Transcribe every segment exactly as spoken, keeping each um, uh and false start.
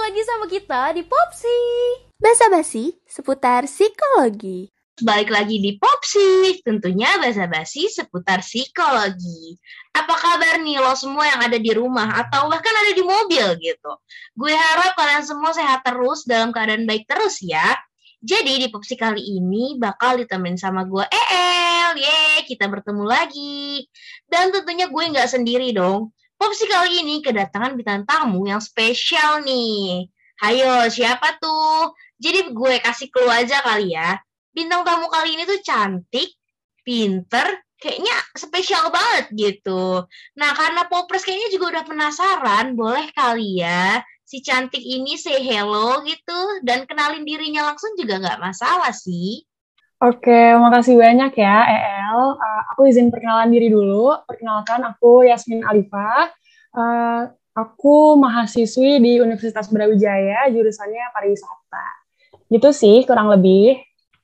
lagi sama kita di Popsi. Basa-basi seputar psikologi. Balik lagi di Popsi, tentunya basa-basi seputar psikologi. Apa kabar nih lo semua yang ada di rumah atau bahkan ada di mobil gitu? Gue harap kalian semua sehat terus, dalam keadaan baik terus ya. Jadi di Popsi kali ini bakal ditemenin sama gue El. Yeay, kita bertemu lagi. Dan tentunya gue gak sendiri dong. Popsi kali ini kedatangan bintang tamu yang spesial nih. Hayo, siapa tuh? Jadi gue kasih clue aja kali ya. Bintang tamu kali ini tuh cantik, pinter, kayaknya spesial banget gitu. Nah, karena Popers kayaknya juga udah penasaran, boleh kali ya si cantik ini say hello gitu, dan kenalin dirinya langsung juga nggak masalah sih. Oke, makasih banyak ya, E L. Uh, aku izin perkenalan diri dulu. Perkenalkan, aku Yasmin Alifah. Uh, aku mahasiswi di Universitas Brawijaya, jurusannya pariwisata. Gitu sih, kurang lebih.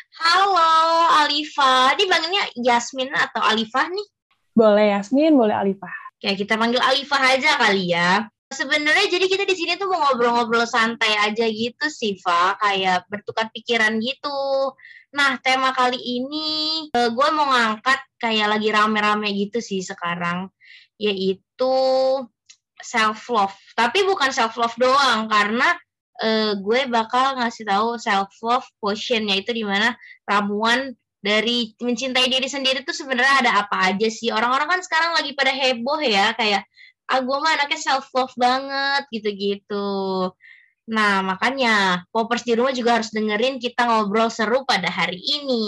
Halo, Alifah. Ini panggilnya Yasmin atau Alifah nih? Boleh Yasmin, boleh Alifah. Oke, kita panggil Alifah aja kali ya. Sebenarnya jadi kita di sini tuh mau ngobrol-ngobrol santai aja gitu sih, Fa. Kayak bertukar pikiran gitu. Nah, tema kali ini uh, gue mau ngangkat kayak lagi rame-rame gitu sih sekarang. Yaitu self-love. Tapi bukan self-love doang, karena uh, gue bakal ngasih tahu self-love quotient, yaitu dimana ramuan dari mencintai diri sendiri tuh sebenarnya ada apa aja sih. Orang-orang kan sekarang lagi pada heboh ya, kayak ah gue mah anaknya self-love banget gitu-gitu. Nah, makanya Popers di rumah juga harus dengerin kita ngobrol seru pada hari ini.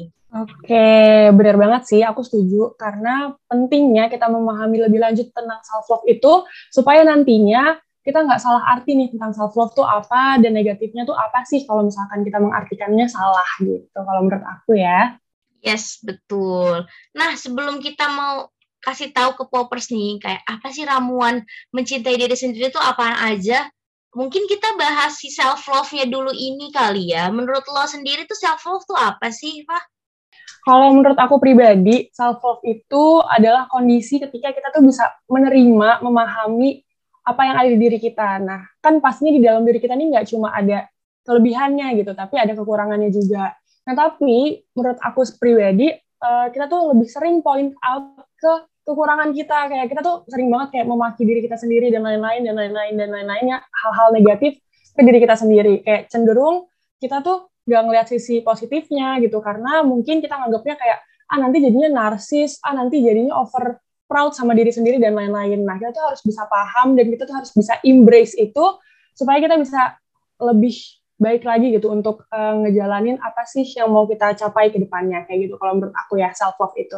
Oke, benar banget sih, aku setuju. Karena pentingnya kita memahami lebih lanjut tentang self-love itu, supaya nantinya kita nggak salah arti nih tentang self-love tuh apa, dan negatifnya tuh apa sih kalau misalkan kita mengartikannya salah gitu, kalau menurut aku ya. Yes, betul. Nah, sebelum kita mau kasih tahu ke Popers nih, kayak apa sih ramuan mencintai diri sendiri tuh apaan aja, mungkin kita bahas si self-love-nya dulu ini kali ya. Menurut lo sendiri tuh self-love tuh apa sih, Pak? Kalau menurut aku pribadi, self-love itu adalah kondisi ketika kita tuh bisa menerima, memahami apa yang ada di diri kita. Nah, kan pastinya di dalam diri kita ini nggak cuma ada kelebihannya gitu, tapi ada kekurangannya juga. Nah, tapi menurut aku pribadi, kita tuh lebih sering point out ke kekurangan kita. Kayak kita tuh sering banget kayak memaki diri kita sendiri dan lain-lain, dan lain-lain, dan lain-lainnya, hal-hal negatif ke diri kita sendiri. Kayak cenderung kita tuh nggak ngeliat sisi positifnya gitu, karena mungkin kita nganggapnya kayak, ah nanti jadinya narsis, ah nanti jadinya over proud sama diri sendiri, dan lain-lain. Nah, kita tuh harus bisa paham, dan kita tuh harus bisa embrace itu, supaya kita bisa lebih baik lagi gitu, untuk uh, ngejalanin apa sih yang mau kita capai ke depannya, kayak gitu kalau menurut aku ya, self-love itu.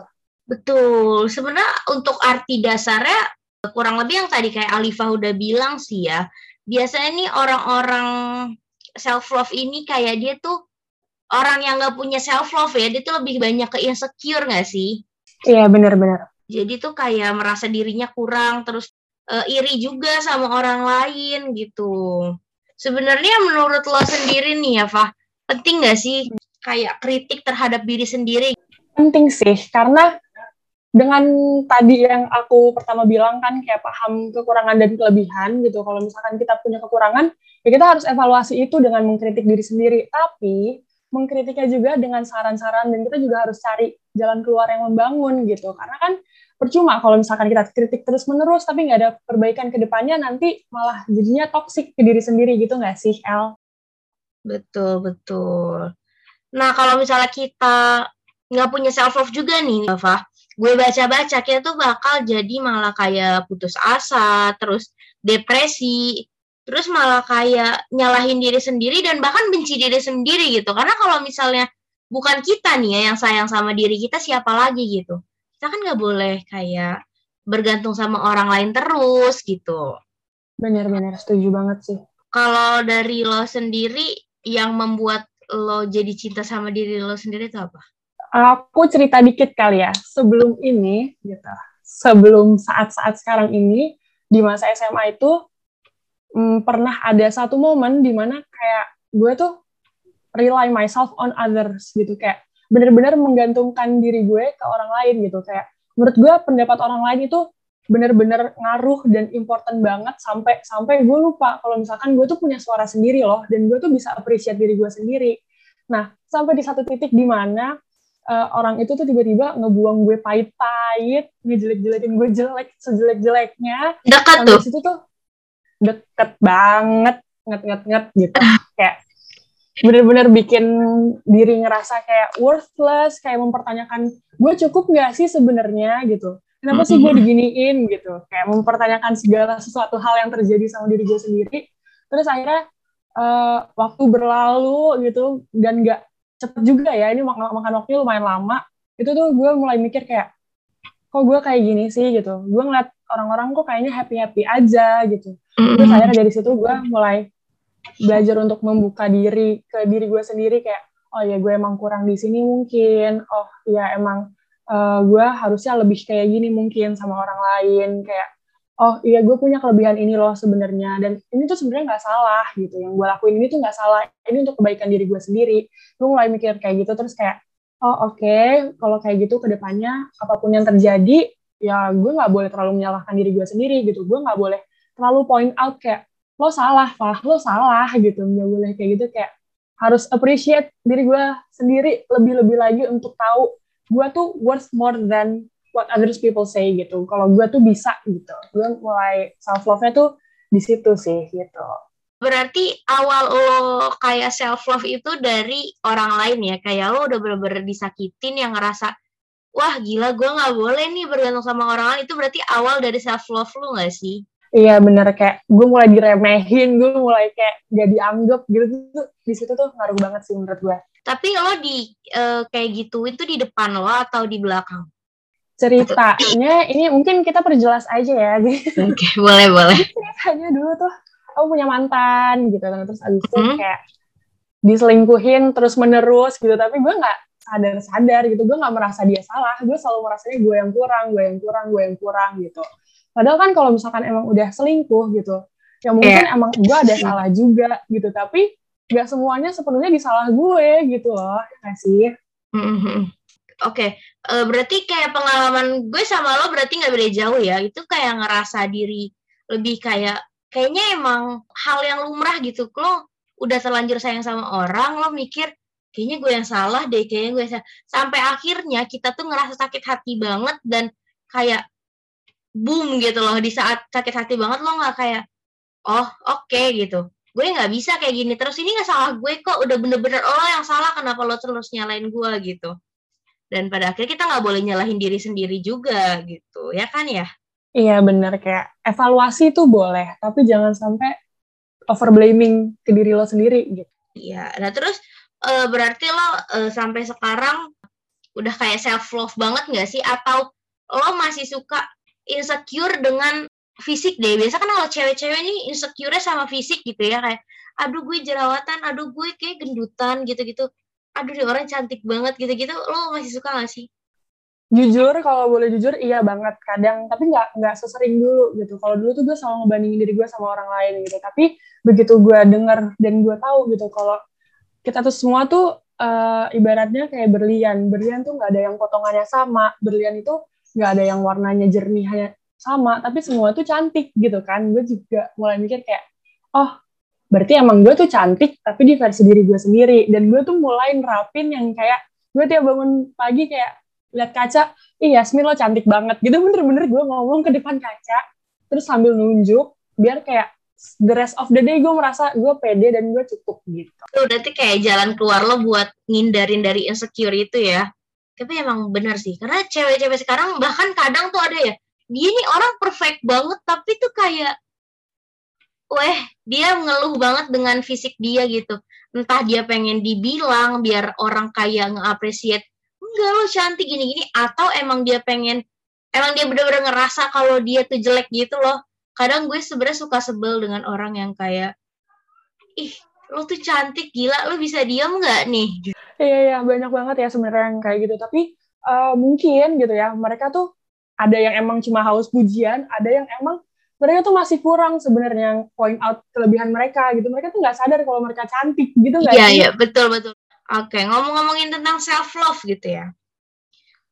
Betul, sebenarnya untuk arti dasarnya, kurang lebih yang tadi kayak Alifah udah bilang sih ya, biasanya nih orang-orang self-love ini kayak dia tuh orang yang gak punya self-love ya, dia tuh lebih banyak ke insecure gak sih? Iya, benar-benar. Jadi tuh kayak merasa dirinya kurang, terus uh, iri juga sama orang lain gitu. Sebenarnya menurut lo sendiri nih ya, Fah, penting gak sih kayak kritik terhadap diri sendiri? Penting sih, karena dengan tadi yang aku pertama bilang kan, kayak paham kekurangan dan kelebihan gitu. Kalau misalkan kita punya kekurangan, ya kita harus evaluasi itu dengan mengkritik diri sendiri. Tapi mengkritiknya juga dengan saran-saran, dan kita juga harus cari jalan keluar yang membangun gitu. Karena kan percuma kalau misalkan kita kritik terus-menerus tapi nggak ada perbaikan ke depannya, nanti malah jadinya toksik ke diri sendiri gitu nggak sih, El? Betul, betul. Nah, kalau misalnya kita nggak punya self-love juga nih, Fah, gue baca-baca, kita tuh bakal jadi malah kayak putus asa, terus depresi, terus malah kayak nyalahin diri sendiri, dan bahkan benci diri sendiri gitu. Karena kalau misalnya bukan kita nih ya yang sayang sama diri kita, siapa lagi gitu. Kita kan nggak boleh kayak bergantung sama orang lain terus gitu. Benar-benar setuju banget sih. Kalau dari lo sendiri, yang membuat lo jadi cinta sama diri lo sendiri itu apa? Aku cerita dikit kali ya, sebelum ini, gitu, sebelum saat-saat sekarang ini, di masa S M A itu, hmm, pernah ada satu momen di mana kayak gue tuh rely myself on others, gitu, kayak benar-benar menggantungkan diri gue ke orang lain, gitu, kayak menurut gue pendapat orang lain itu bener-bener ngaruh dan important banget sampai sampai gue lupa kalau misalkan gue tuh punya suara sendiri loh, dan gue tuh bisa appreciate diri gue sendiri. Nah, sampai di satu titik di mana uh, orang itu tuh tiba-tiba ngebuang gue pahit-pahit, ngejelek-jelekin gue jelek sejelek-jeleknya. Dekat Sampai tuh. situ tuh deket banget, nget-nget-nget gitu. Kayak bener-bener bikin diri ngerasa kayak worthless, kayak mempertanyakan gue cukup nggak sih sebenarnya gitu. Kenapa sih gue diginiin gitu, kayak mempertanyakan segala sesuatu hal yang terjadi sama diri gue sendiri. Terus akhirnya uh, waktu berlalu gitu, dan gak cepet juga ya, ini makan, makan waktunya lumayan lama, itu tuh gue mulai mikir kayak, kok gue kayak gini sih gitu. Gue ngeliat orang-orang kok kayaknya happy-happy aja gitu. Terus akhirnya dari situ gue mulai belajar untuk membuka diri ke diri gue sendiri, kayak, oh ya gue emang kurang di sini mungkin, oh ya emang Uh, gue harusnya lebih kayak gini mungkin sama orang lain, kayak oh iya gue punya kelebihan ini loh sebenarnya, dan ini tuh sebenarnya nggak salah gitu, yang gue lakuin ini tuh nggak salah, ini untuk kebaikan diri gue sendiri. Gue mulai mikir kayak gitu, terus kayak oh oke, okay, kalau kayak gitu kedepannya apapun yang terjadi ya gue nggak boleh terlalu menyalahkan diri gue sendiri gitu, gue nggak boleh terlalu point out kayak lo salah, Fah, lo salah gitu, nggak boleh kayak gitu, kayak harus appreciate diri gue sendiri lebih-lebih lagi untuk tahu gue tuh worth more than what others people say gitu. Kalau gue tuh bisa gitu. Gue mulai self love-nya tuh di situ sih gitu. Berarti awal lo kayak self love itu dari orang lain ya, kayak lo udah bener-bener disakitin yang ngerasa wah gila gue nggak boleh nih bergantung sama orang lain, itu berarti awal dari self love lo nggak sih? Iya bener, kayak gue mulai diremehin, gue mulai kayak gak dianggap gitu tuh, di situ tuh ngaruh banget sih menurut gue. Tapi lo di uh, kayak gitu itu di depan lo atau di belakang? Ceritanya ini mungkin kita perjelas aja ya. Oke, okay, boleh boleh. Ceritanya dulu tuh aku punya mantan gitu, terus abis itu hmm. kayak diselingkuhin terus menerus gitu, tapi gue nggak sadar-sadar gitu, gue nggak merasa dia salah, gue selalu merasanya gue yang kurang, gue yang kurang, gue yang kurang gitu. Padahal kan kalau misalkan emang udah selingkuh gitu, ya mungkin yeah. emang gue ada salah juga gitu, tapi gak semuanya sepenuhnya disalah gue gitu loh, ya sih? Mm-hmm. Oke, okay. uh, berarti kayak pengalaman gue sama lo berarti gak beda jauh ya, itu kayak ngerasa diri lebih kayak, kayaknya emang hal yang lumrah gitu, lo udah terlanjur sayang sama orang, lo mikir, kayaknya gue yang salah deh, kayaknya gue yang salah, sampai akhirnya kita tuh ngerasa sakit hati banget, dan kayak boom gitu loh, di saat sakit hati banget lo gak kayak, oh oke okay, gitu, gue nggak bisa kayak gini terus, ini nggak salah gue kok, udah bener-bener lo yang salah, kenapa lo terus nyalain gue gitu. Dan pada akhirnya kita nggak boleh nyalahin diri sendiri juga gitu, ya kan ya? Iya bener, kayak evaluasi tuh boleh, tapi jangan sampai over blaming ke diri lo sendiri gitu. Iya, nah terus uh, berarti lo uh, sampai sekarang udah kayak self love banget nggak sih, atau lo masih suka insecure dengan fisik deh? Biasa kan kalau cewek-cewek nih insecure sama fisik gitu ya, kayak aduh gue jerawatan, aduh gue kayak gendutan gitu-gitu, aduh dia orang cantik banget gitu-gitu. Lo masih suka gak sih? Jujur, kalau boleh jujur iya banget kadang, tapi nggak nggak sesering dulu gitu. Kalau dulu tuh gue selalu ngebandingin diri gue sama orang lain gitu, tapi begitu gue denger dan gue tahu gitu kalau kita tuh semua tuh uh, ibaratnya kayak berlian. Berlian tuh nggak ada yang potongannya sama, berlian itu nggak ada yang warnanya jernih hanya sama, tapi semua tuh cantik gitu kan. Gue juga mulai mikir kayak, oh berarti emang gue tuh cantik, tapi di versi diri gue sendiri. Dan gue tuh mulai nerapin yang kayak, gue tiap bangun pagi kayak lihat kaca, ih Yasmin lo cantik banget gitu, bener-bener gue ngomong ke depan kaca, terus sambil nunjuk, biar kayak the rest of the day gue merasa gue pede dan gue cukup gitu. Itu berarti kayak jalan keluar lo buat ngindarin dari insecure itu ya. Tapi emang benar sih, karena cewek-cewek sekarang bahkan kadang tuh ada ya, dia nih orang perfect banget, tapi tuh kayak, weh, dia ngeluh banget dengan fisik dia gitu. Entah dia pengen dibilang biar orang kayak nge-appreciate, enggak lo cantik gini-gini, atau emang dia pengen, emang dia bener-bener ngerasa kalau dia tuh jelek gitu loh. Kadang gue sebenarnya suka sebel dengan orang yang kayak, ih, lo tuh cantik, gila, lo bisa diam nggak nih? Iya, iya, banyak banget ya sebenarnya yang kayak gitu. Tapi uh, mungkin gitu ya, mereka tuh ada yang emang cuma haus pujian, ada yang emang mereka tuh masih kurang sebenarnya point out kelebihan mereka gitu. Mereka tuh nggak sadar kalau mereka cantik gitu nggak iya, sih? Iya, iya, betul, betul. Oke, ngomong-ngomongin tentang self love gitu ya.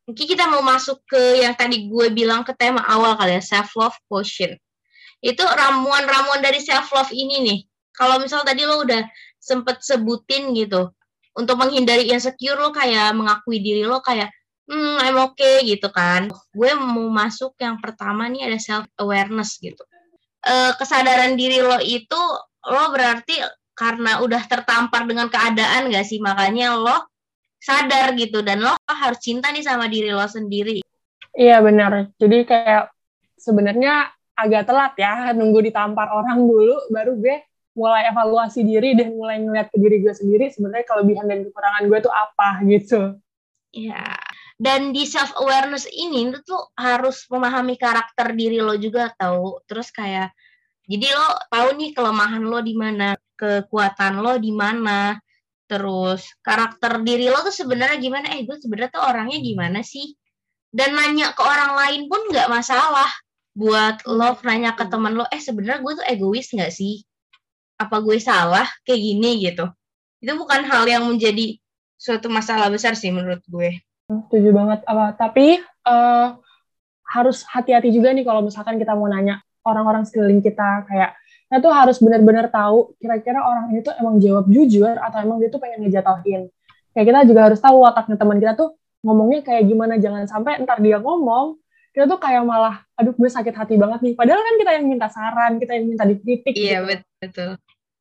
mungkin kita mau masuk ke yang tadi gue bilang ke tema awal kali ya, self love quotient. Itu ramuan-ramuan dari self love ini nih. Kalau misal tadi lo udah sempet sebutin gitu, untuk menghindari insecure lo kayak mengakui diri lo kayak hmm I'm okay gitu kan. Gue mau masuk yang pertama nih, ada self awareness gitu. E, kesadaran diri lo itu lo berarti karena udah tertampar dengan keadaan gak sih, makanya lo sadar gitu dan lo harus cinta nih sama diri lo sendiri. Iya benar. Jadi kayak sebenarnya agak telat ya, nunggu ditampar orang dulu baru gue mulai evaluasi diri dan mulai ngeliat ke diri gue sendiri sebenarnya kelebihan dan kekurangan gue tuh apa gitu. Iya. Dan di self awareness ini itu tuh harus memahami karakter diri lo juga tahu. Terus kayak jadi lo tahu nih kelemahan lo di mana, kekuatan lo di mana. Terus karakter diri lo tuh sebenarnya gimana? Eh gue sebenarnya tuh orangnya gimana sih? Dan nanya ke orang lain pun nggak masalah. Buat lo nanya ke teman lo, eh sebenarnya gue tuh egois nggak sih? Apa gue salah kayak gini gitu? Itu bukan hal yang menjadi suatu masalah besar sih menurut gue. Setuju banget. Apa? Tapi uh, harus hati-hati juga nih kalau misalkan kita mau nanya orang-orang sekeliling kita kayak kita tuh harus benar-benar tahu kira-kira orang ini tuh emang jawab jujur atau emang dia tuh pengen ngejatohin. Kayak kita juga harus tahu wataknya teman kita tuh ngomongnya kayak gimana, jangan sampai ntar dia ngomong kita tuh kayak malah aduh gue sakit hati banget nih, padahal kan kita yang minta saran, kita yang minta dikritik. Iya gitu. betul.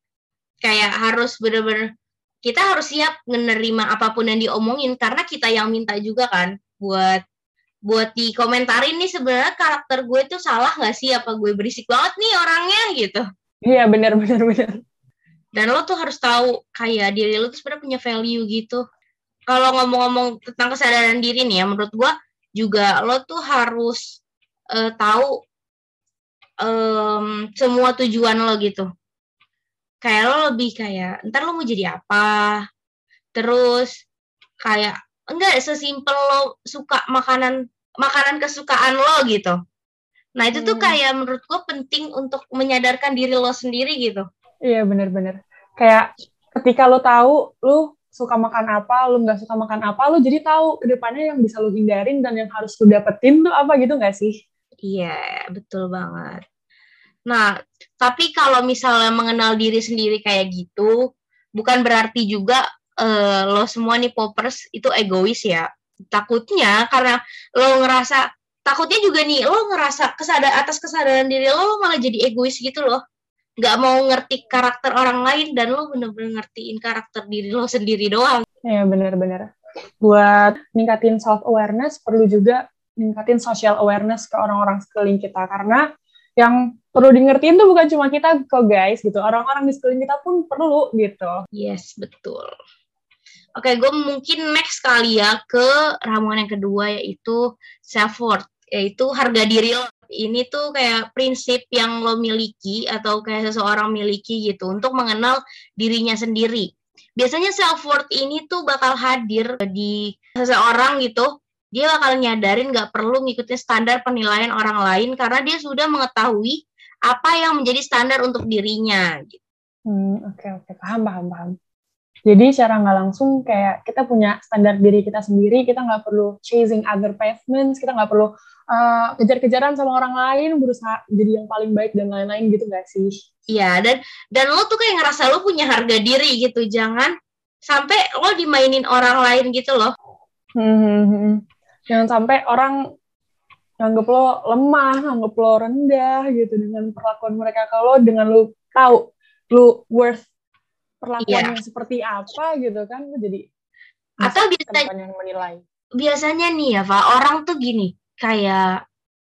Kayak harus bener-bener kita harus siap menerima apapun yang diomongin karena kita yang minta juga kan buat buat dikomentarin nih sebenarnya karakter gue tuh salah nggak sih, apa gue berisik banget nih orangnya gitu. Iya benar benar benar. Dan lo tuh harus tahu kayak diri lo tuh sebenarnya punya value gitu. Kalau ngomong-ngomong tentang kesadaran diri nih ya, menurut gue juga lo tuh harus uh, tahu um, semua tujuan lo gitu. Kayak lo lebih kayak ntar lo mau jadi apa, terus kayak enggak sesimpel lo suka makanan makanan kesukaan lo gitu. Nah itu hmm. tuh kayak menurut gue penting untuk menyadarkan diri lo sendiri gitu. Iya benar-benar. Kayak ketika lo tahu lo suka makan apa, lo nggak suka makan apa, lo jadi tahu kedepannya yang bisa lo hindarin dan yang harus lo dapetin tuh apa gitu nggak sih? Iya betul banget. Nah tapi kalau misalnya mengenal diri sendiri kayak gitu, bukan berarti juga Uh, lo semua nih popers itu egois ya. Takutnya karena lo ngerasa, takutnya juga nih lo ngerasa kesadar atas kesadaran diri lo, lo malah jadi egois gitu loh. Gak mau ngerti karakter orang lain dan lo bener-bener ngertiin karakter diri lo sendiri doang. Iya bener-bener. Buat ningkatin self awareness perlu juga ningkatin social awareness ke orang-orang sekeliling kita, karena yang perlu di ngertiin tuh bukan cuma kita kok guys gitu, orang-orang di sekeliling kita pun perlu gitu. Yes betul. Oke, gue mungkin next kali ya ke ramuan yang kedua, yaitu self-worth, yaitu harga diri lo. Ini tuh kayak prinsip yang lo miliki atau kayak seseorang miliki gitu untuk mengenal dirinya sendiri. Biasanya self-worth ini tuh bakal hadir di seseorang gitu. Dia bakal nyadarin gak perlu ngikutin standar penilaian orang lain karena dia sudah mengetahui apa yang menjadi standar untuk dirinya. Gitu. Hmm, oke, oke. Paham, paham, paham. Jadi secara nggak langsung kayak kita punya standar diri kita sendiri, kita nggak perlu chasing other pavements, kita nggak perlu uh, kejar-kejaran sama orang lain, berusaha jadi yang paling baik dan lain-lain gitu nggak sih? Iya, dan dan lo tuh kayak ngerasa lo punya harga diri gitu, jangan sampai lo dimainin orang lain gitu loh. Hmm, jangan sampai orang nganggep lo lemah, nganggep lo rendah gitu dengan perlakuan mereka ke lo, dengan lo tahu lo worth perlakuan yeah. yang seperti apa gitu kan, jadi atau biasanya yang menilai. Biasanya nih ya Pak, orang tuh gini kayak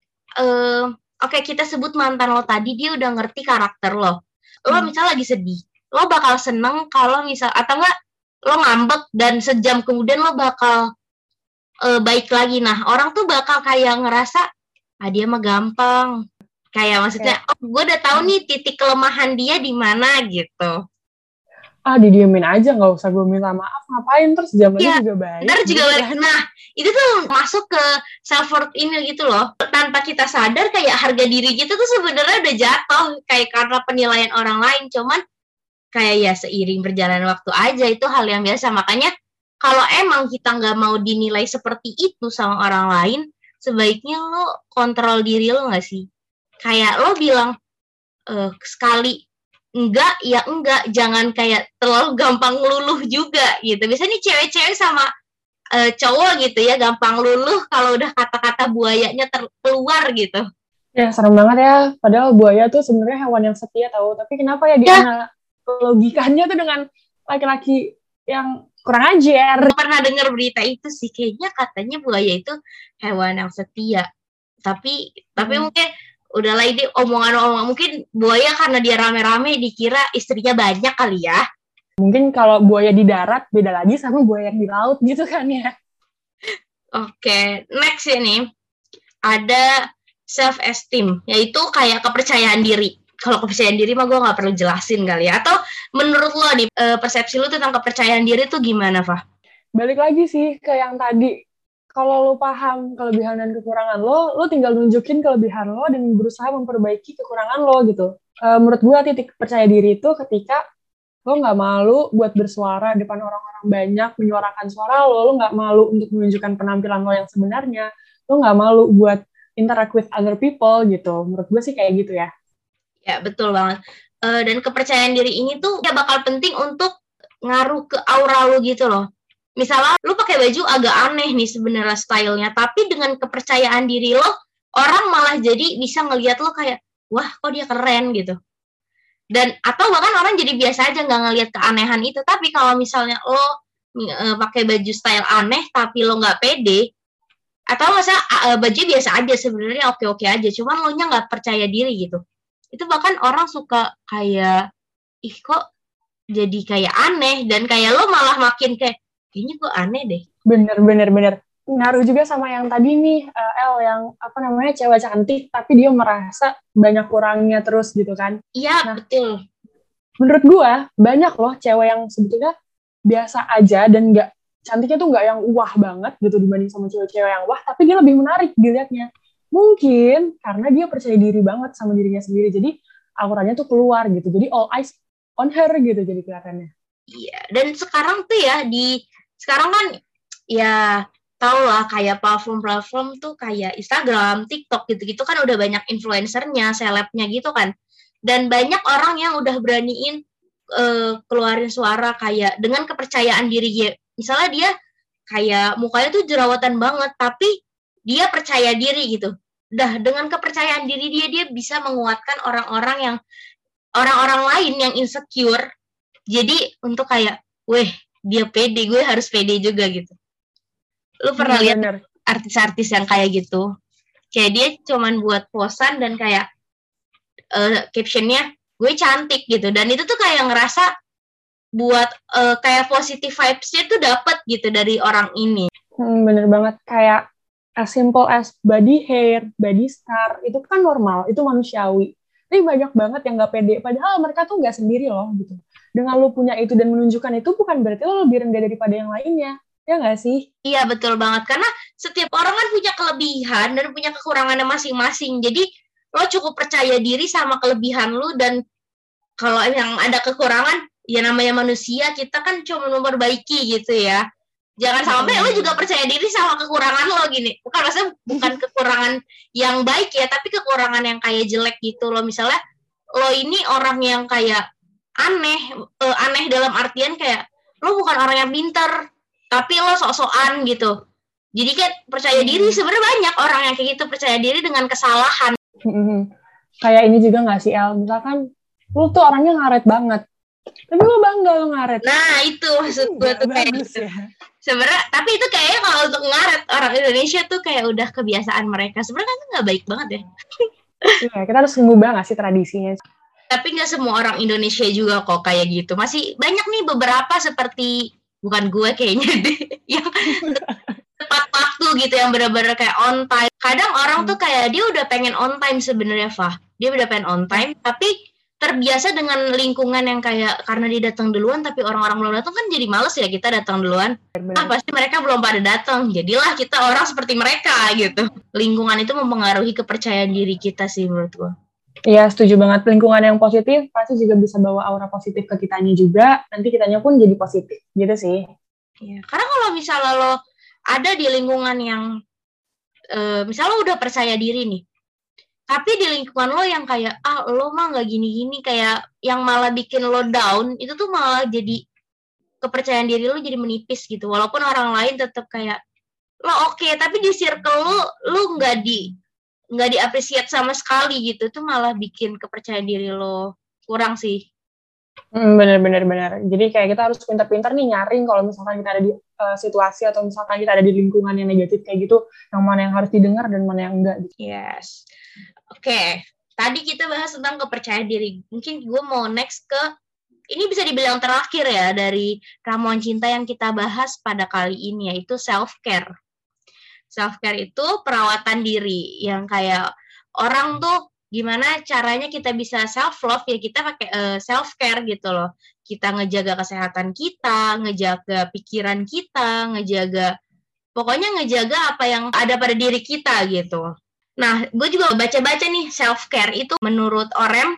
uh, oke okay, kita sebut mantan lo tadi, dia udah ngerti karakter lo. Lo hmm. misal lagi sedih, lo bakal seneng kalau misal atau enggak lo ngambek dan sejam kemudian lo bakal uh, baik lagi. Nah orang tuh bakal kayak ngerasa ah dia mah gampang, kayak maksudnya okay. oh gue udah tahu hmm. nih titik kelemahan dia di mana gitu. Ah didiemin aja, nggak usah gue minta maaf, ngapain, terus zamannya ya, juga baik. Ntar juga baik. Nah itu tuh masuk ke self worth ini gitu loh. Tanpa kita sadar kayak harga diri kita tuh sebenarnya udah jatuh kayak karena penilaian orang lain. Cuman kayak ya seiring berjalan waktu aja, itu hal yang biasa. Makanya kalau emang kita nggak mau dinilai seperti itu sama orang lain, sebaiknya lo kontrol diri lo nggak sih? Kayak lo bilang uh, sekali enggak, ya enggak. Jangan kayak terlalu gampang luluh juga gitu. Biasanya nih cewek-cewek sama uh, cowok gitu ya, gampang luluh kalau udah kata-kata buayanya keluar gitu. Ya, serem banget ya. Padahal buaya tuh sebenarnya hewan yang setia tahu. Tapi kenapa ya dianalogikannya tuh dengan laki-laki yang kurang ajar. Pernah dengar berita itu sih, kayaknya katanya buaya itu hewan yang setia. Tapi hmm. tapi mungkin udahlah ini omongan-omongan. Mungkin buaya karena dia rame-rame dikira istrinya banyak kali ya. Mungkin kalau buaya di darat beda lagi sama buaya yang di laut gitu kan ya. Oke, okay. Next ini ada self esteem, yaitu kayak kepercayaan diri. Kalau kepercayaan diri mah gue nggak perlu jelasin kali ya. Atau menurut lo nih, persepsi lo tentang kepercayaan diri tuh gimana, Fah? Balik lagi sih ke yang tadi. Kalau lo paham kelebihan dan kekurangan lo, lo tinggal nunjukin kelebihan lo dan berusaha memperbaiki kekurangan lo gitu. Uh, menurut gue titik percaya diri itu ketika lo nggak malu buat bersuara depan orang-orang banyak, menyuarakan suara lo, lo nggak malu untuk menunjukkan penampilan lo yang sebenarnya, lo nggak malu buat interact with other people gitu. Menurut gue sih kayak gitu ya. Ya, betul banget. Uh, dan kepercayaan diri ini tuh ya bakal penting untuk ngaruh ke aura lo gitu loh. Misalnya lo pakai baju agak aneh nih sebenarnya stylenya, tapi dengan kepercayaan diri lo, orang malah jadi bisa ngelihat lo kayak, wah kok dia keren gitu. Dan atau bahkan orang jadi biasa aja nggak ngelihat keanehan itu. Tapi kalau misalnya lo uh, pakai baju style aneh, tapi lo nggak pede, atau masa uh, baju biasa aja sebenarnya oke-oke aja, cuman lo nya nggak percaya diri gitu. Itu bahkan orang suka kayak, ih kok jadi kayak aneh, dan kayak lo malah makin kayak, kayaknya gue aneh deh. Bener, bener, bener. Ngaruh juga sama yang tadi nih, uh, El, yang apa namanya, cewek cantik, tapi dia merasa banyak kurangnya terus gitu kan. Iya, nah, betul. Menurut gue, banyak loh cewek yang sebetulnya biasa aja, dan gak, cantiknya tuh gak yang wah banget gitu dibanding sama cewek-cewek yang wah, tapi dia lebih menarik dilihatnya. Mungkin karena dia percaya diri banget sama dirinya sendiri, jadi auranya tuh keluar gitu, jadi all eyes on her gitu jadi kelihatannya. Iya, dan sekarang tuh ya di sekarang kan ya tau lah kayak platform-platform tuh kayak Instagram, TikTok gitu-gitu kan udah banyak influencernya, selebnya gitu kan, dan banyak orang yang udah beraniin uh, keluarin suara kayak dengan kepercayaan diri dia. Misalnya dia kayak mukanya tuh jerawatan banget, tapi dia percaya diri gitu. Dah dengan kepercayaan diri dia, dia bisa menguatkan orang-orang yang orang-orang lain yang insecure. Jadi untuk kayak, weh, dia pede, gue harus pede juga gitu. Lu pernah hmm, lihat bener. Artis-artis yang kayak gitu? Kayak dia cuman buat posan dan kayak uh, captionnya, gue cantik gitu. Dan itu tuh kayak ngerasa buat uh, kayak positive vibes-nya tuh dapat gitu dari orang ini. Hmm, bener banget. Kayak as simple as body hair, body scar, itu kan normal, itu manusiawi. Tapi banyak banget yang gak pede, padahal mereka tuh gak sendiri loh, gitu. Dengan lo punya itu dan menunjukkan itu, bukan berarti lo lebih rendah daripada yang lainnya. Ya gak sih? Iya, betul banget. Karena setiap orang kan punya kelebihan dan punya kekurangannya masing-masing. Jadi, lo cukup percaya diri sama kelebihan lo, dan kalau yang ada kekurangan, ya namanya manusia, kita kan cuma memperbaiki gitu ya. Jangan sampai lo juga percaya diri sama kekurangan lo gini. Bukan maksudnya bukan kekurangan yang baik ya, tapi kekurangan yang kayak jelek gitu. Lo misalnya lo ini orang yang kayak aneh, uh, aneh dalam artian kayak lo bukan orang yang pintar, tapi lo sok-sokan gitu. Jadi kan percaya diri, sebenarnya banyak orang yang kayak gitu percaya diri dengan kesalahan. Hmm, kayak ini juga nggak sih El? Misalkan lo tuh orangnya ngaret banget, tapi lo bangga lo ngaret. Nah itu maksud gue tuh kayak gitu. Ya. Sebenarnya, tapi itu kayaknya kalau untuk ngaret orang Indonesia tuh kayak udah kebiasaan mereka. Sebenarnya kan itu nggak baik banget ya. Iya, kita harus mengubah nggak sih tradisinya? Tapi nggak semua orang Indonesia juga kok kayak gitu. Masih banyak nih beberapa seperti, bukan gue kayaknya deh, yang tepat waktu gitu, yang benar-benar kayak on time. Kadang orang hmm. tuh kayak dia udah pengen on time sebenarnya, Fah. Dia udah pengen on time, tapi terbiasa dengan lingkungan yang kayak karena dia datang duluan tapi orang-orang belum datang, kan jadi males ya kita datang duluan. Ah, pasti mereka belum pada datang, jadilah kita orang seperti mereka gitu. Lingkungan itu mempengaruhi kepercayaan diri kita sih menurut gue. Iya, setuju banget. Lingkungan yang positif pasti juga bisa bawa aura positif ke kitanya juga, nanti kitanya pun jadi positif gitu sih. Ya, karena kalau misalnya lo ada di lingkungan yang, uh, misalnya lo udah percaya diri nih, tapi di lingkungan lo yang kayak, ah lo mah nggak gini-gini, kayak yang malah bikin lo down, itu tuh malah jadi kepercayaan diri lo jadi menipis gitu. Walaupun orang lain tetap kayak, lo oke, okay, tapi di circle lo, lo nggak di nggak diapresiat sama sekali gitu, itu malah bikin kepercayaan diri lo kurang sih. Hmm, bener-bener bener. Jadi kayak kita harus pintar-pintar nih nyaring kalau misalkan kita ada di uh, situasi atau misalkan kita ada di lingkungan yang negatif kayak gitu, yang mana yang harus didengar dan mana yang enggak. Gitu. Yes. Oke, okay. Tadi kita bahas tentang kepercayaan diri. Mungkin gue mau next ke, ini bisa dibilang terakhir ya dari ramuan cinta yang kita bahas pada kali ini, yaitu self-care. Self-care itu perawatan diri yang kayak orang tuh gimana caranya kita bisa self-love, ya kita pakai uh, self-care gitu loh. Kita ngejaga kesehatan kita, ngejaga pikiran kita, ngejaga, pokoknya ngejaga apa yang ada pada diri kita gitu. Nah, gue juga baca-baca nih, self-care itu menurut O R E M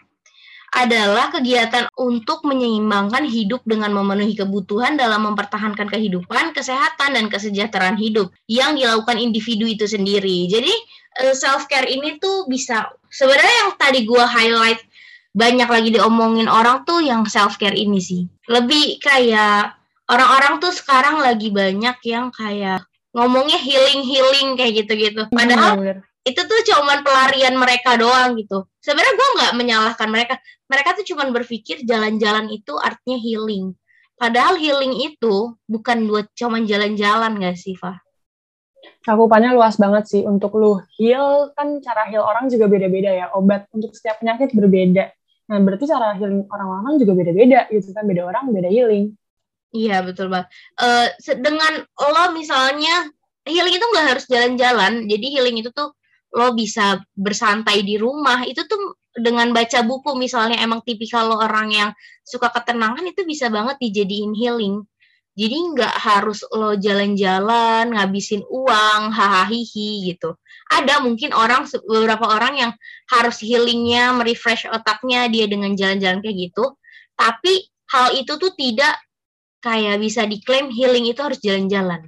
adalah kegiatan untuk menyeimbangkan hidup dengan memenuhi kebutuhan dalam mempertahankan kehidupan, kesehatan, dan kesejahteraan hidup yang dilakukan individu itu sendiri. Jadi, self-care ini tuh bisa, sebenarnya yang tadi gue highlight banyak lagi diomongin orang tuh yang self-care ini sih. Lebih kayak orang-orang tuh sekarang lagi banyak yang kayak ngomongnya healing-healing kayak gitu-gitu. Padahal hmm, itu tuh cuman pelarian mereka doang gitu. Sebenarnya gue nggak menyalahkan mereka. Mereka tuh cuman berpikir jalan-jalan itu artinya healing. Padahal healing itu bukan buat cuman jalan-jalan nggak sih, Fah? Cakupannya luas banget sih. Untuk lu heal, kan cara heal orang juga beda-beda ya. Obat untuk setiap penyakit berbeda. Nah, berarti cara healing orang-orang juga beda-beda gitu kan. Beda orang, beda healing. Iya, betul banget. Uh, dengan lo misalnya, healing itu nggak harus jalan-jalan. Jadi healing itu tuh lo bisa bersantai di rumah. Itu tuh dengan baca buku misalnya, emang tipikal lo orang yang suka ketenangan, itu bisa banget dijadiin healing. Jadi nggak harus lo jalan-jalan, ngabisin uang, hahaha gitu. Ada mungkin orang, beberapa orang yang harus healingnya, merefresh otaknya dia dengan jalan-jalan kayak gitu. Tapi hal itu tuh tidak kayak bisa diklaim healing itu harus jalan-jalan.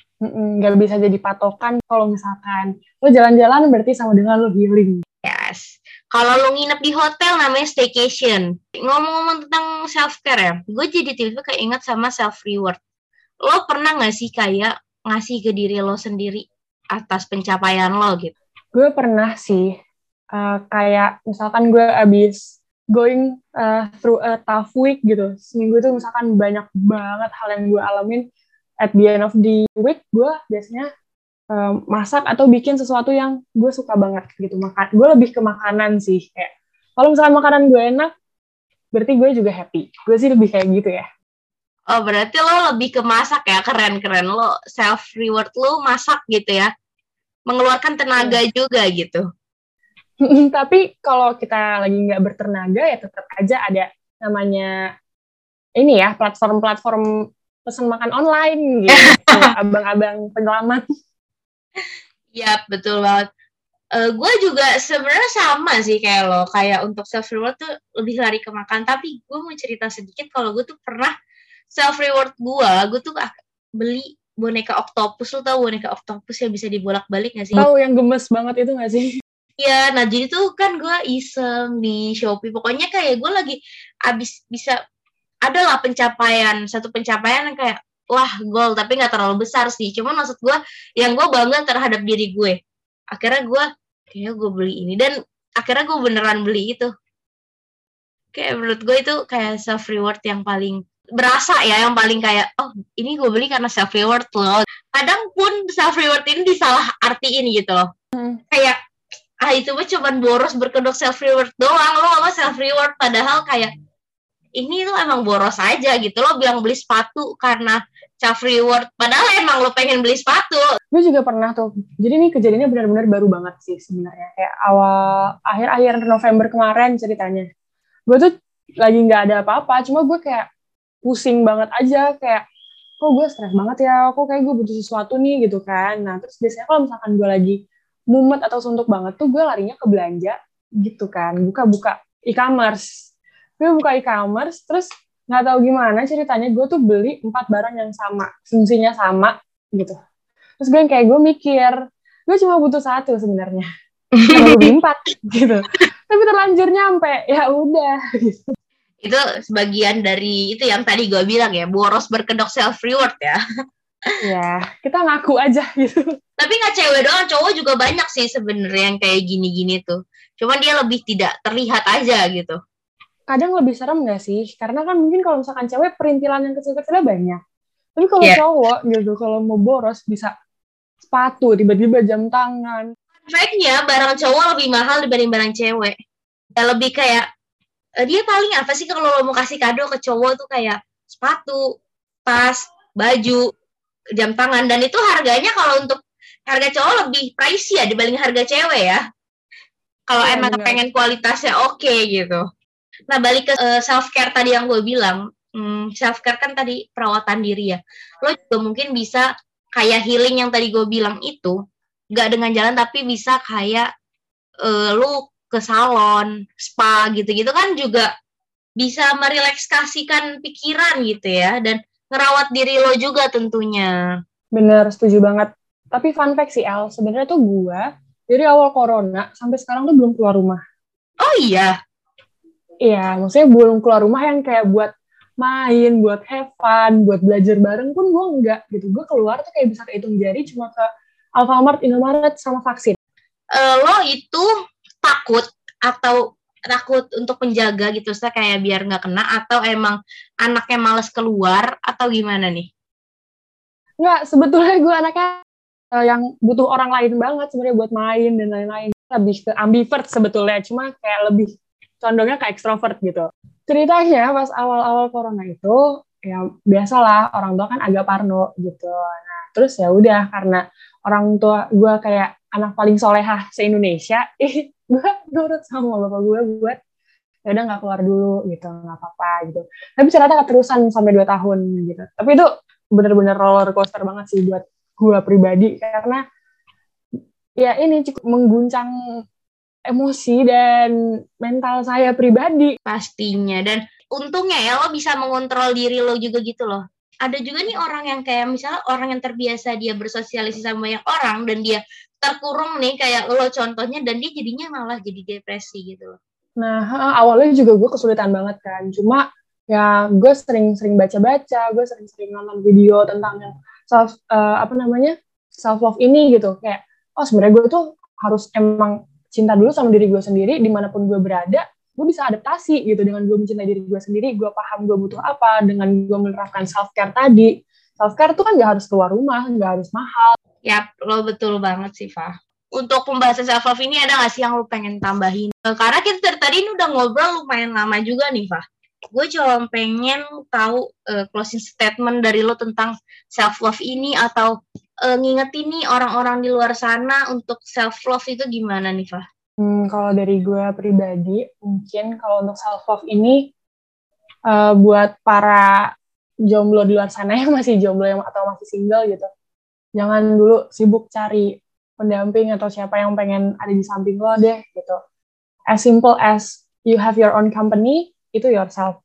Nggak bisa jadi patokan kalau misalkan lo jalan-jalan berarti sama dengan lo healing. Yes. Kalau lo nginep di hotel namanya staycation. Ngomong-ngomong tentang self-care ya, gue jadi tiba-tiba kayak ingat sama self-reward. Lo pernah gak sih kayak ngasih ke diri lo sendiri atas pencapaian lo gitu? Gue pernah sih. Uh, kayak misalkan gue abis going uh, through a tough week gitu. Seminggu itu misalkan banyak banget hal yang gue alamin. At the end of the week, gue biasanya um, masak atau bikin sesuatu yang gue suka banget gitu. Makan, gue lebih ke makanan sih. Kayak kalau misalkan makanan gue enak, berarti gue juga happy. Gue sih lebih kayak gitu ya. Oh, berarti lo lebih ke masak ya, keren-keren. Lo self-reward lo masak gitu ya. Mengeluarkan tenaga hmm. juga gitu. Tapi kalau kita lagi nggak bertenaga ya tetap aja ada namanya ini ya, platform-platform pesan makan online gitu. Abang-abang penyelamat. Iya, betul banget. Uh, gue juga sebenarnya sama sih kayak lo. Kayak untuk self-reward tuh lebih lari ke makan. Tapi gue mau cerita sedikit kalau gue tuh pernah self-reward gue, gue tuh beli boneka oktopus. Lo tau boneka oktopus yang bisa dibolak-balik gak sih? Tahu, yang gemes banget itu gak sih? Iya, nah jadi tuh kan gue iseng di Shopee. Pokoknya kayak gue lagi abis bisa, adalah pencapaian, satu pencapaian yang kayak, wah goal, tapi gak terlalu besar sih. Cuman maksud gue, yang gue bangga terhadap diri gue. Akhirnya gue, kayaknya gue beli ini. Dan akhirnya gue beneran beli itu. Kayak menurut gue itu kayak self-reward yang paling berasa ya, yang paling kayak, oh ini gue beli karena self-reward loh. Kadang pun self-reward ini disalah artiin gitu loh. Hmm. Kayak, ah itu mah cuman boros berkedok self-reward doang, lo apa self-reward, padahal kayak ini tuh emang boros aja gitu. Lo bilang beli sepatu karena self-reward, padahal emang lo pengen beli sepatu. Gue juga pernah tuh, jadi ini kejadiannya benar-benar baru banget sih sebenarnya. Kayak awal, akhir-akhir November kemarin ceritanya. Gue tuh lagi gak ada apa-apa, cuma gue kayak pusing banget aja, kayak kok gue stres banget ya, kok kayak gue butuh sesuatu nih gitu kan. Nah terus biasanya kalau misalkan gue lagi mumet atau suntuk banget tuh gue larinya ke belanja gitu kan, buka-buka e-commerce. Gue buka e-commerce, terus nggak tahu gimana ceritanya, gue tuh beli empat barang yang sama, fungsinya sama gitu. Terus gue yang kayak gue mikir, gue cuma butuh satu sebenarnya, kenapa gue beli empat gitu. Tapi terlanjur nyampe, ya udah. Gitu. Itu sebagian dari itu yang tadi gue bilang ya, boros berkedok self reward ya. Ya, kita ngaku aja gitu. Tapi nggak cewek doang, cowok juga banyak sih sebenarnya yang kayak gini-gini tuh. Cuman dia lebih tidak terlihat aja gitu. Kadang lebih serem nggak sih? Karena kan mungkin kalau misalkan cewek perintilan yang kecil-kecilnya banyak. Tapi kalau Yeah. cowok gitu, kalau mau boros bisa sepatu, tiba-tiba jam tangan. Fact-nya barang cowok lebih mahal dibanding barang cewek. Ya lebih kayak, eh, dia paling apa sih kalau lo mau kasih kado ke cowok tuh kayak sepatu, tas, baju, jam tangan. Dan itu harganya kalau untuk harga cowok lebih pricey ya dibanding harga cewek ya. Kalau Iya, emang benar. pengen kualitasnya oke okay, gitu. Nah balik ke uh, self care tadi yang gue bilang, hmm, self care kan tadi perawatan diri ya. Lo juga mungkin bisa kayak healing yang tadi gue bilang itu, nggak dengan jalan tapi bisa kayak uh, lo ke salon, spa gitu-gitu kan juga bisa merelaksasikan pikiran gitu ya, dan ngerawat diri lo juga tentunya. Bener, setuju banget. Tapi fun fact sih, El, sebenarnya tuh gue dari awal corona sampai sekarang tuh belum keluar rumah. Oh iya? Iya, maksudnya belum keluar rumah yang kayak buat main, buat have fun, buat belajar bareng pun gue enggak gitu. Gue keluar tuh kayak bisa kehitung jari cuma ke Alfamart, Indomaret, sama vaksin. Uh, lo itu takut atau takut untuk menjaga gitu, saya kayak biar nggak kena, atau emang anaknya males keluar atau gimana nih? Nggak, sebetulnya gue anaknya uh, yang butuh orang lain banget sebenarnya buat main dan lain-lain. Lebih ke ambivert sebetulnya, cuma kayak lebih condongnya ke extrovert gitu. Ceritanya pas awal-awal corona itu, ya biasalah orang tua kan agak parno gitu. Nah, terus ya udah karena orang tua gue kayak anak paling solehah se-Indonesia, ih, gue nurut sama bapak gue buat ya udah nggak keluar dulu gitu, nggak apa-apa gitu. Tapi ternyata keterusan sampai dua tahun gitu. Tapi itu bener-bener roller coaster banget sih buat gue pribadi karena ya ini cukup mengguncang emosi dan mental saya pribadi. Pastinya, dan untungnya ya lo bisa mengontrol diri lo juga gitu loh. Ada juga nih orang yang kayak misalnya orang yang terbiasa dia bersosialisasi sama banyak orang dan dia terkurung nih kayak lo contohnya, dan dia jadinya malah jadi depresi gitu loh. Nah, awalnya juga gue kesulitan banget kan. Cuma ya gue sering-sering baca-baca, gue sering-sering nonton video tentang yang self uh, apa namanya self love ini gitu. Kayak oh sebenarnya gue tuh harus emang cinta dulu sama diri gue sendiri dimanapun gue berada. Gue bisa adaptasi gitu dengan gue mencintai diri gue sendiri. Gue paham gue butuh apa dengan gue menerapkan self care tadi. Self care tuh kan nggak harus keluar rumah, nggak harus mahal. Yap, lo betul banget sih, Fah. Untuk pembahasan self love ini ada nggak sih yang lo pengen tambahin? Karena kita dari tadi ini udah ngobrol lumayan lama juga nih, Fah. Gue cuma pengen tahu uh, closing statement dari lo tentang self love ini, atau uh, ngingetin nih orang-orang di luar sana untuk self love itu gimana nih, Fah? Hmm, kalau dari gue pribadi, mungkin kalau untuk self love ini uh, buat para jomblo di luar sana yang masih jomblo yang atau masih single gitu, jangan dulu sibuk cari pendamping atau siapa yang pengen ada di samping lo deh gitu. As simple as you have your own company, itu yourself.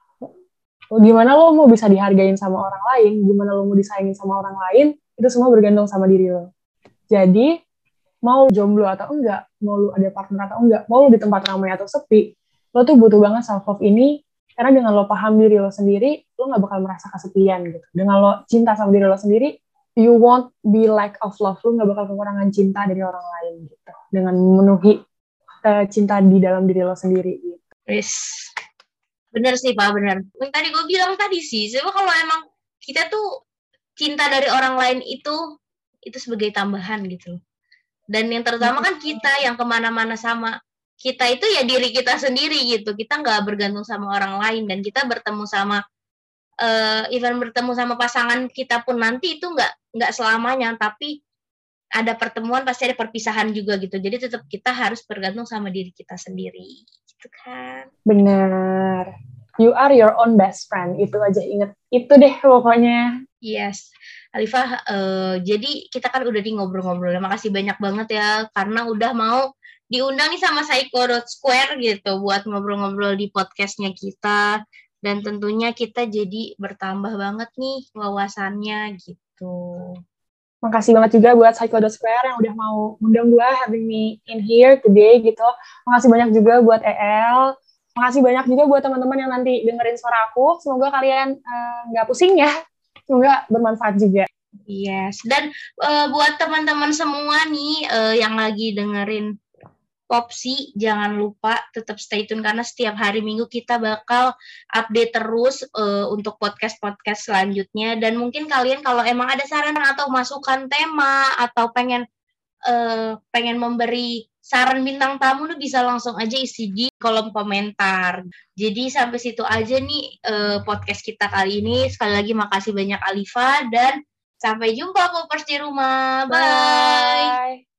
Gimana lo mau bisa dihargain sama orang lain, gimana lo mau disayangin sama orang lain, itu semua bergantung sama diri lo. Jadi, mau jomblo atau enggak, mau lo ada partner atau enggak, mau lo di tempat ramai atau sepi, lo tuh butuh banget self-love ini, karena dengan lo paham diri lo sendiri, lo gak bakal merasa kesepian gitu. Dengan lo cinta sama diri lo sendiri, you won't be lack of love, lo gak bakal kekurangan cinta dari orang lain gitu. Dengan memenuhi uh, cinta di dalam diri lo sendiri gitu. Yes. Bener sih, Pak, bener. Yang tadi gue bilang tadi sih, sebab kalau emang kita tuh cinta dari orang lain itu, itu sebagai tambahan gitu. Dan yang terutama kan kita yang kemana-mana sama kita itu ya diri kita sendiri gitu. Kita nggak bergantung sama orang lain, dan kita bertemu sama uh, even bertemu sama pasangan kita pun nanti itu nggak nggak selamanya, tapi ada pertemuan pasti ada perpisahan juga gitu. Jadi tetap kita harus bergantung sama diri kita sendiri gitu kan. Benar. You are your own best friend. Itu aja inget. Itu deh pokoknya. Yes. Alifah, uh, jadi kita kan udah di ngobrol-ngobrol. Makasih banyak banget ya karena udah mau diundang nih sama Psycho Square gitu buat ngobrol-ngobrol di podcastnya kita. Dan tentunya kita jadi bertambah banget nih wawasannya gitu. Makasih banget juga buat Psycho Dot Square yang udah mau undang gue, having me in here today gitu. Makasih banyak juga buat E L. Makasih banyak juga buat teman-teman yang nanti dengerin suara aku. Semoga kalian nggak uh, pusing ya. Semoga bermanfaat juga. Yes, dan uh, buat teman-teman semua nih uh, yang lagi dengerin Popsi, jangan lupa tetap stay tune karena setiap hari Minggu kita bakal update terus uh, untuk podcast-podcast selanjutnya. Dan mungkin kalian kalau emang ada saran atau masukan tema atau pengen uh, pengen memberi saran bintang tamu, lu bisa langsung aja isi di kolom komentar. Jadi sampai situ aja nih uh, podcast kita kali ini. Sekali lagi makasih banyak Alifa dan sampai jumpa Popers di rumah. Bye. Bye.